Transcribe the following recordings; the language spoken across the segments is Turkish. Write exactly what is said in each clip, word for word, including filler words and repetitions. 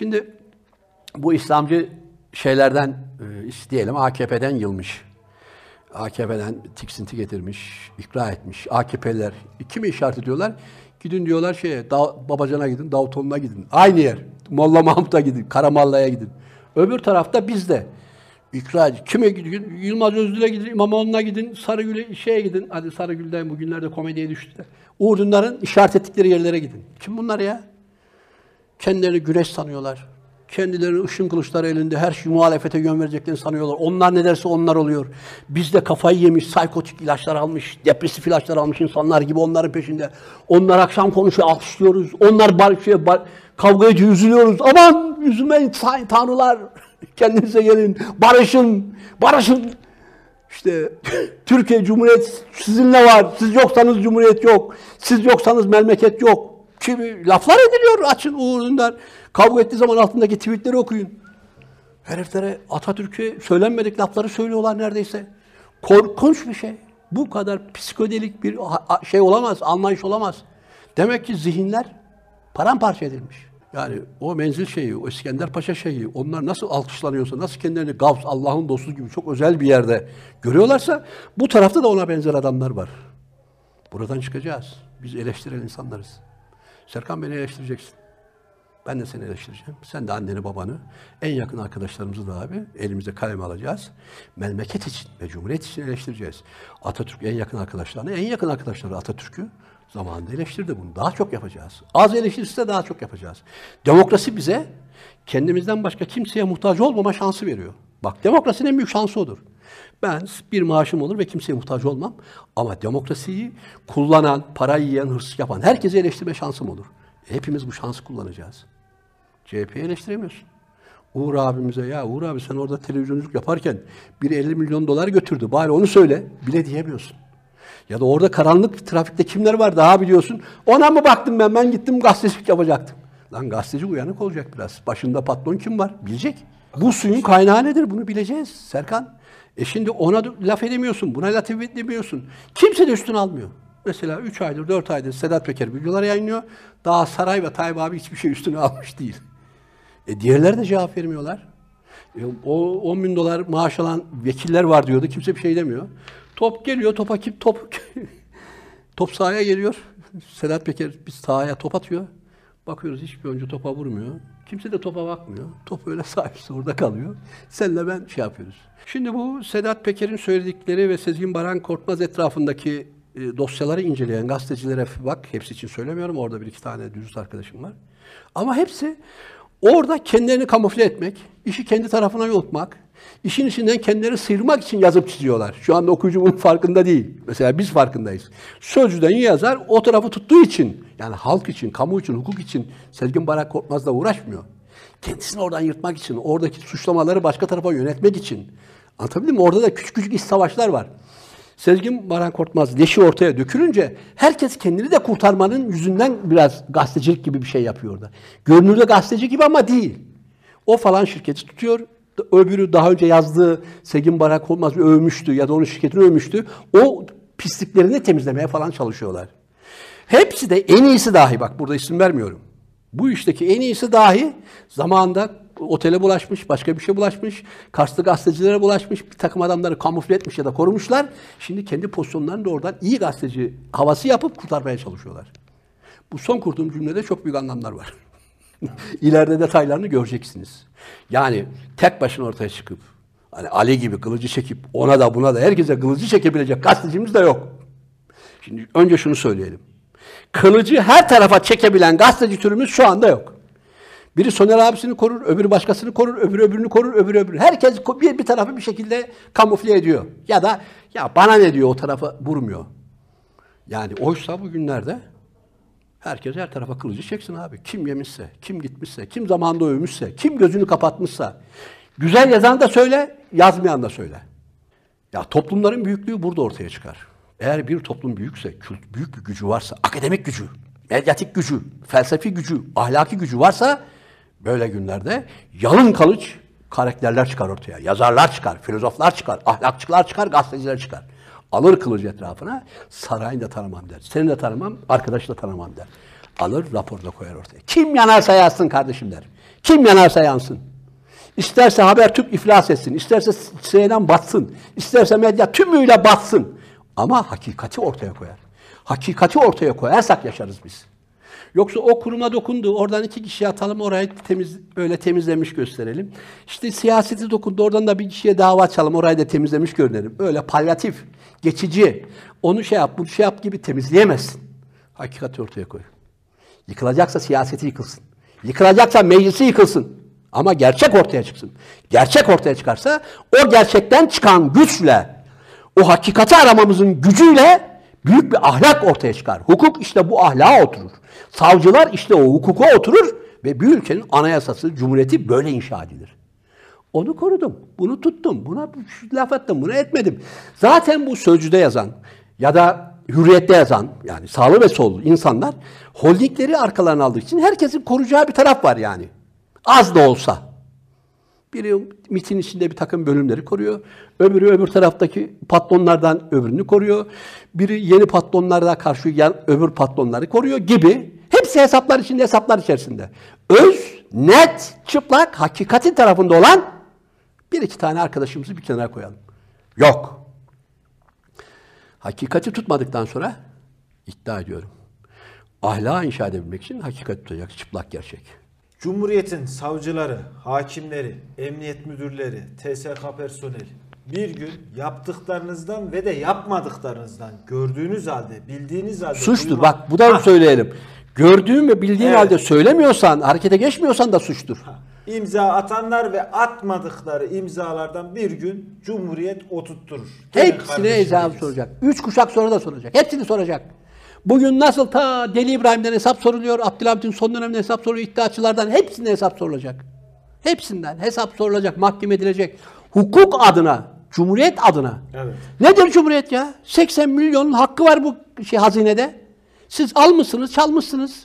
Şimdi bu İslamcı şeylerden e, diyelim A K P'den yılmış. A K P'den tiksinti getirmiş, ikra etmiş. A K P'liler kime işaret ediyorlar? Gidin diyorlar şeye, da, Babacan'a gidin, Davutoğlu'na gidin. Aynı yer. Molla Mahmut'a gidin, Karamalla'ya gidin. Öbür tarafta bizde. İkra edin. Kime gidin? Yılmaz Özdil'e gidin, İmamoğlu'na gidin, Sarıgül'e şeye gidin. Hadi Sarıgül'den bugünlerde komediye düştü. Uğur Dündar'ın işaret ettikleri yerlere gidin. Kim bunlar ya? Kendilerini güneş sanıyorlar. Kendileri ışın kılıçları elinde her şey muhalefete yön vereceklerini sanıyorlar. Onlar ne derse onlar oluyor. Biz de kafayı yemiş, psikotik ilaçlar almış, depresif ilaçlar almış insanlar gibi onların peşinde. Onlar akşam konuşuyor, alkışlıyoruz. Onlar barışıyor, bar kavga ediyor, üzülüyoruz. Aman üzülmeyin tanrılar. Kendinize gelin, barışın, barışın. İşte Türkiye Cumhuriyet sizinle var. Siz yoksanız Cumhuriyet yok. Siz yoksanız memleket yok. Kimi laflar ediliyor, açın Uğur Dündar. Kavga ettiği zaman altındaki tweetleri okuyun. Heriflere Atatürk'e söylenmedik lafları söylüyorlar neredeyse. Korkunç bir şey. Bu kadar psikodelik bir şey olamaz, anlayış olamaz. Demek ki zihinler paramparça edilmiş. Yani o menzil şeyi, o İskender Paşa şeyi, onlar nasıl alkışlanıyorsa, nasıl kendilerini Gavs, Allah'ın dostu gibi çok özel bir yerde görüyorlarsa, bu tarafta da ona benzer adamlar var. Buradan çıkacağız. Biz eleştiren insanlarız. Serkan, beni eleştireceksin. Ben de seni eleştireceğim. Sen de anneni babanı, en yakın arkadaşlarımızı da abi elimize kalem alacağız. Memleket için ve Cumhuriyet için eleştireceğiz. Atatürk en yakın arkadaşlarını, en yakın arkadaşları Atatürk'ü zamanında eleştirdi bunu. Daha çok yapacağız. Az eleştirirse daha çok yapacağız. Demokrasi bize kendimizden başka kimseye muhtaç olmama şansı veriyor. Bak, demokrasinin en büyük şansı odur. Ben bir maaşım olur ve kimseye muhtaç olmam. Ama demokrasiyi kullanan, para yiyen, hırsız yapan herkese eleştirme şansım olur. Hepimiz bu şansı kullanacağız. C H P'yi eleştiremiyorsun. Uğur abimize, ya Uğur abi sen orada televizyonculuk yaparken biri elli milyon dolar götürdü. Bari onu söyle. Bile diyemiyorsun. Ya da orada karanlık trafikte kimler var daha biliyorsun. Ona mı baktım ben? Ben gittim gazetecilik yapacaktım. Lan gazeteci uyanık olacak biraz. Başında patron kim var? Bilecek. Bu suyun kaynağı nedir? Bunu bileceğiz Serkan. E şimdi ona laf edemiyorsun. Buna laf edemiyorsun. Kimse de üstüne almıyor. Mesela üç aydır, dört aydır Sedat Peker videolar yayınlıyor. Daha Saray ve Tayyip abi hiçbir şey üstüne almış değil. E diğerleri de cevap vermiyorlar. E o on bin dolar maaş alan vekiller var diyordu. Kimse bir şey demiyor. Top geliyor, topa kim top top sahaya geliyor. Sedat Peker biz sahaya top atıyor. Bakıyoruz hiçbir oyuncu topa vurmuyor. Kimse de topa bakmıyor. Top öyle sahipse orada kalıyor. Senle ben şey yapıyoruz. Şimdi bu Sedat Peker'in söyledikleri ve Sezgin Baran Korkmaz etrafındaki e, dosyaları inceleyen gazetecilere bak. Hepsi için söylemiyorum. Orada bir iki tane dürüst arkadaşım var. Ama hepsi orada kendilerini kamufle etmek, işi kendi tarafına yontmak, işin içinden kendilerini sıyırmak için yazıp çiziyorlar. Şu anda okuyucu bunun farkında değil. Mesela biz farkındayız. Sözcüden yazar o tarafı tuttuğu için, yani halk için, kamu için, hukuk için Sezgin Baran Korkmaz'la uğraşmıyor. Kendisini oradan yırtmak için, oradaki suçlamaları başka tarafa yönetmek için. Anlatabildim mi? Orada da küçük küçük iç savaşlar var. Sezgin Baran Korkmaz leşi ortaya dökülünce herkes kendini de kurtarmanın yüzünden biraz gazetecilik gibi bir şey yapıyor orada. Görünürde gazeteci gibi ama değil. O falan şirketi tutuyor. Öbürü daha önce yazdığı Sezgin Baran Korkmaz'ı övmüştü ya da onun şirketini övmüştü. O pisliklerini temizlemeye falan çalışıyorlar. Hepsi de en iyisi dahi, bak burada isim vermiyorum. Bu işteki en iyisi dahi zamanında otele bulaşmış, başka bir şey bulaşmış, Karslı gazetecilere bulaşmış, bir takım adamları kamufle etmiş ya da korumuşlar. Şimdi kendi pozisyonlarını da oradan iyi gazeteci havası yapıp kurtarmaya çalışıyorlar. Bu son kurduğum cümlede çok büyük anlamlar var. İleride detaylarını göreceksiniz. Yani tek başına ortaya çıkıp, hani Ali gibi kılıcı çekip, ona da buna da herkese kılıcı çekebilecek gazetecimiz de yok. Şimdi önce şunu söyleyelim. Kılıcı her tarafa çekebilen gazeteci türümüz şu anda yok. Biri Soner abisini korur, öbürü başkasını korur, öbürü öbürünü korur, öbürü öbürü. Herkes bir, bir tarafı bir şekilde kamufle ediyor. Ya da ya bana ne diyor o tarafa vurmuyor. Yani oysa bugünlerde herkes her tarafa kılıcı çeksin abi. Kim yemişse, kim gitmişse, kim zamanında övmüşse, kim gözünü kapatmışsa. Güzel yazan da söyle, yazmayan da söyle. Ya toplumların büyüklüğü burada ortaya çıkar. Eğer bir toplum büyükse, büyük bir gücü varsa, akademik gücü, medyatik gücü, felsefi gücü, ahlaki gücü varsa böyle günlerde yalın kalıç karakterler çıkar ortaya. Yazarlar çıkar, filozoflar çıkar, ahlakçılar çıkar, gazeteciler çıkar. Alır kılıcı etrafına, sarayını da tanımam der. Seni de tanımam, arkadaşı da tanımam der. alır raporda koyar ortaya. Kim yanarsa yansın kardeşim der. Kim yanarsa yansın. İsterse Habertürk iflas etsin, isterse C N N batsın, isterse medya tümüyle batsın. Ama hakikati ortaya koyar. Hakikati ortaya koyarsak yaşarız biz. Yoksa o kuruma dokundu, oradan iki kişi atalım, orayı temiz, öyle temizlemiş gösterelim. İşte siyaseti dokundu, oradan da bir kişiye dava açalım, orayı da temizlemiş görünelim. Öyle palyatif, geçici, onu şey yap, bunu şey yap gibi temizleyemezsin. Hakikati ortaya koy. Yıkılacaksa siyaseti yıkılsın. Yıkılacaksa meclisi yıkılsın. Ama gerçek ortaya çıksın. Gerçek ortaya çıkarsa o gerçekten çıkan güçle, o hakikati aramamızın gücüyle büyük bir ahlak ortaya çıkar. Hukuk işte bu ahlaka oturur. Savcılar işte o hukuka oturur ve bir ülkenin anayasası, cumhuriyeti böyle inşa edilir. Onu korudum, bunu tuttum, buna laf ettim, bunu etmedim. Zaten bu Sözcü'de yazan ya da Hürriyet'te yazan, yani sağlı ve sollu insanlar holdingleri arkalarına aldığı için herkesin koruyacağı bir taraf var yani. Az da olsa. Biri MİT'in içinde bir takım bölümleri koruyor. Öbürü öbür taraftaki patronlardan öbürünü koruyor. Biri yeni patronlara karşı yan, öbür patronları koruyor gibi. Hepsi hesaplar içinde, hesaplar içerisinde. Öz, net, çıplak, hakikatin tarafında olan bir iki tane arkadaşımızı bir kenara koyalım. Yok. Hakikati tutmadıktan sonra iddia ediyorum. Ahlakı inşa edebilmek için hakikati tutacak, çıplak gerçek. Cumhuriyetin savcıları, hakimleri, emniyet müdürleri, T S K personeli bir gün yaptıklarınızdan ve de yapmadıklarınızdan gördüğünüz halde, bildiğiniz halde... Suçtur. duyma... Bak bu da ha. söyleyelim. Gördüğün ve bildiğin Evet. halde söylemiyorsan, harekete geçmiyorsan da suçtur. Ha. İmza atanlar ve atmadıkları imzalardan bir gün Cumhuriyet oturtturur. Gelin Hepsine kardeşim hesabı diyeceğiz. soracak. Üç kuşak sonra da soracak. Hepsini soracak. Bugün nasıl ta Deli İbrahim'den hesap soruluyor, Abdülhamit'in son döneminde hesap soruluyor, iddiaçılardan hepsinden hesap sorulacak. Hepsinden hesap sorulacak, mahkeme edilecek. Hukuk adına, Cumhuriyet adına. Evet. Nedir Cumhuriyet ya? seksen milyonun hakkı var bu şey hazinede. Siz almışsınız, çalmışsınız.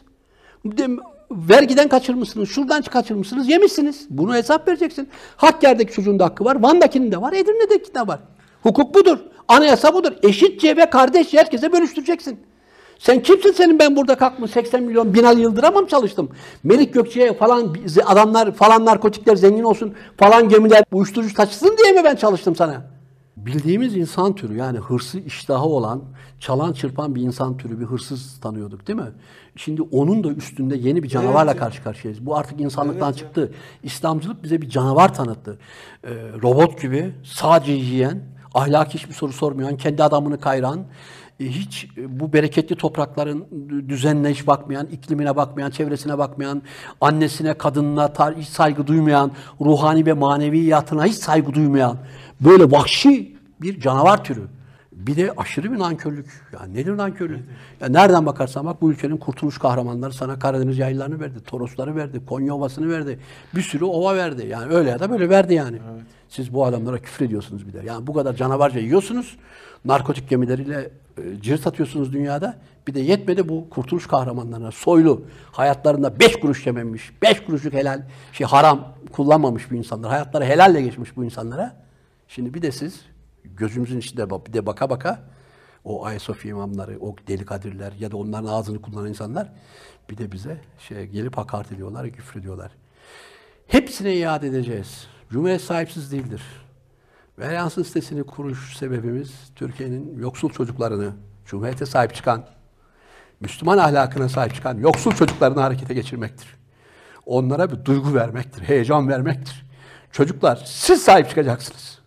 Vergiden kaçırmışsınız, şuradan kaçırmışsınız, yemişsiniz. Bunu hesap vereceksin. Hakkari'deki çocuğun da hakkı var, Van'dakinin de var, Edirne'deki de var. Hukuk budur, anayasa budur. Eşitçe ve kardeşçe herkese bölüştüreceksin. Sen kimsin senin ben burada kalkmış seksen milyon Binali Yıldırım'a mı çalıştım? Melik Gökçe'ye falan adamlar falan narkotikler zengin olsun falan gemiler uyuşturucu taşısın diye mi ben çalıştım sana? Bildiğimiz insan türü yani hırsı iştahı olan, çalan çırpan bir insan türü bir hırsız tanıyorduk değil mi? Şimdi onun da üstünde yeni bir canavarla Evet, karşı karşıyayız. Bu artık insanlıktan evet, çıktı. İslamcılık bize bir canavar tanıttı. Ee, robot gibi sadece yiyen, ahlaki hiçbir soru sormayan, kendi adamını kayıran, hiç bu bereketli toprakların düzenine hiç bakmayan, iklimine bakmayan, çevresine bakmayan, annesine, kadınına hiç saygı duymayan, ruhani ve maneviyatına hiç saygı duymayan, böyle vahşi bir canavar türü. Bir de aşırı bir nankörlük. Yani nedir nankörlük? Ya nereden bakarsan bak bu ülkenin kurtuluş kahramanları sana Karadeniz yaylalarını verdi, Torosları verdi, Konya Ovası'nı verdi. Bir sürü ova verdi. Yani öyle ya da böyle verdi yani. Evet. Siz bu adamlara küfür ediyorsunuz bir de. Yani bu kadar canavarca yiyorsunuz. Narkotik gemileriyle e, cirit atıyorsunuz dünyada. Bir de yetmedi bu kurtuluş kahramanlarına soylu, hayatlarında beş kuruş yememiş, beş kuruşluk helal, şey haram kullanmamış bu insanlar. Hayatları helalle geçmiş bu insanlara. Şimdi bir de siz gözümüzün içinde bir de baka baka o Ayasofya imamları, o deli kadirler ya da onların ağzını kullanan insanlar bir de bize şey gelip hakaret ediyorlar, küfür ediyorlar. Hepsine iade edeceğiz. Cumhuriyet sahipsiz değildir. Veryansın sitesini kuruş sebebimiz Türkiye'nin yoksul çocuklarını, Cumhuriyete sahip çıkan, Müslüman ahlakına sahip çıkan yoksul çocuklarını harekete geçirmektir. Onlara bir duygu vermektir, heyecan vermektir. Çocuklar siz sahip çıkacaksınız.